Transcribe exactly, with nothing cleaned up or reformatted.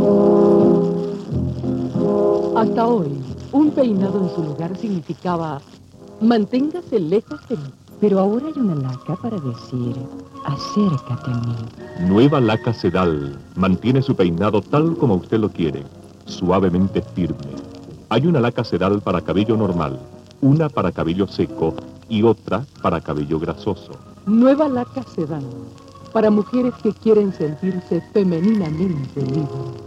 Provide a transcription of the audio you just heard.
Hasta hoy, un peinado en su lugar significaba manténgase lejos de mí. Pero ahora hay una laca para decir, acércate a mí. Nueva laca Sedal mantiene su peinado tal como usted lo quiere, suavemente firme. Hay una laca Sedal para cabello normal, una para cabello seco y otra para cabello grasoso. Nueva laca Sedal, para mujeres que quieren sentirse femeninamente libres.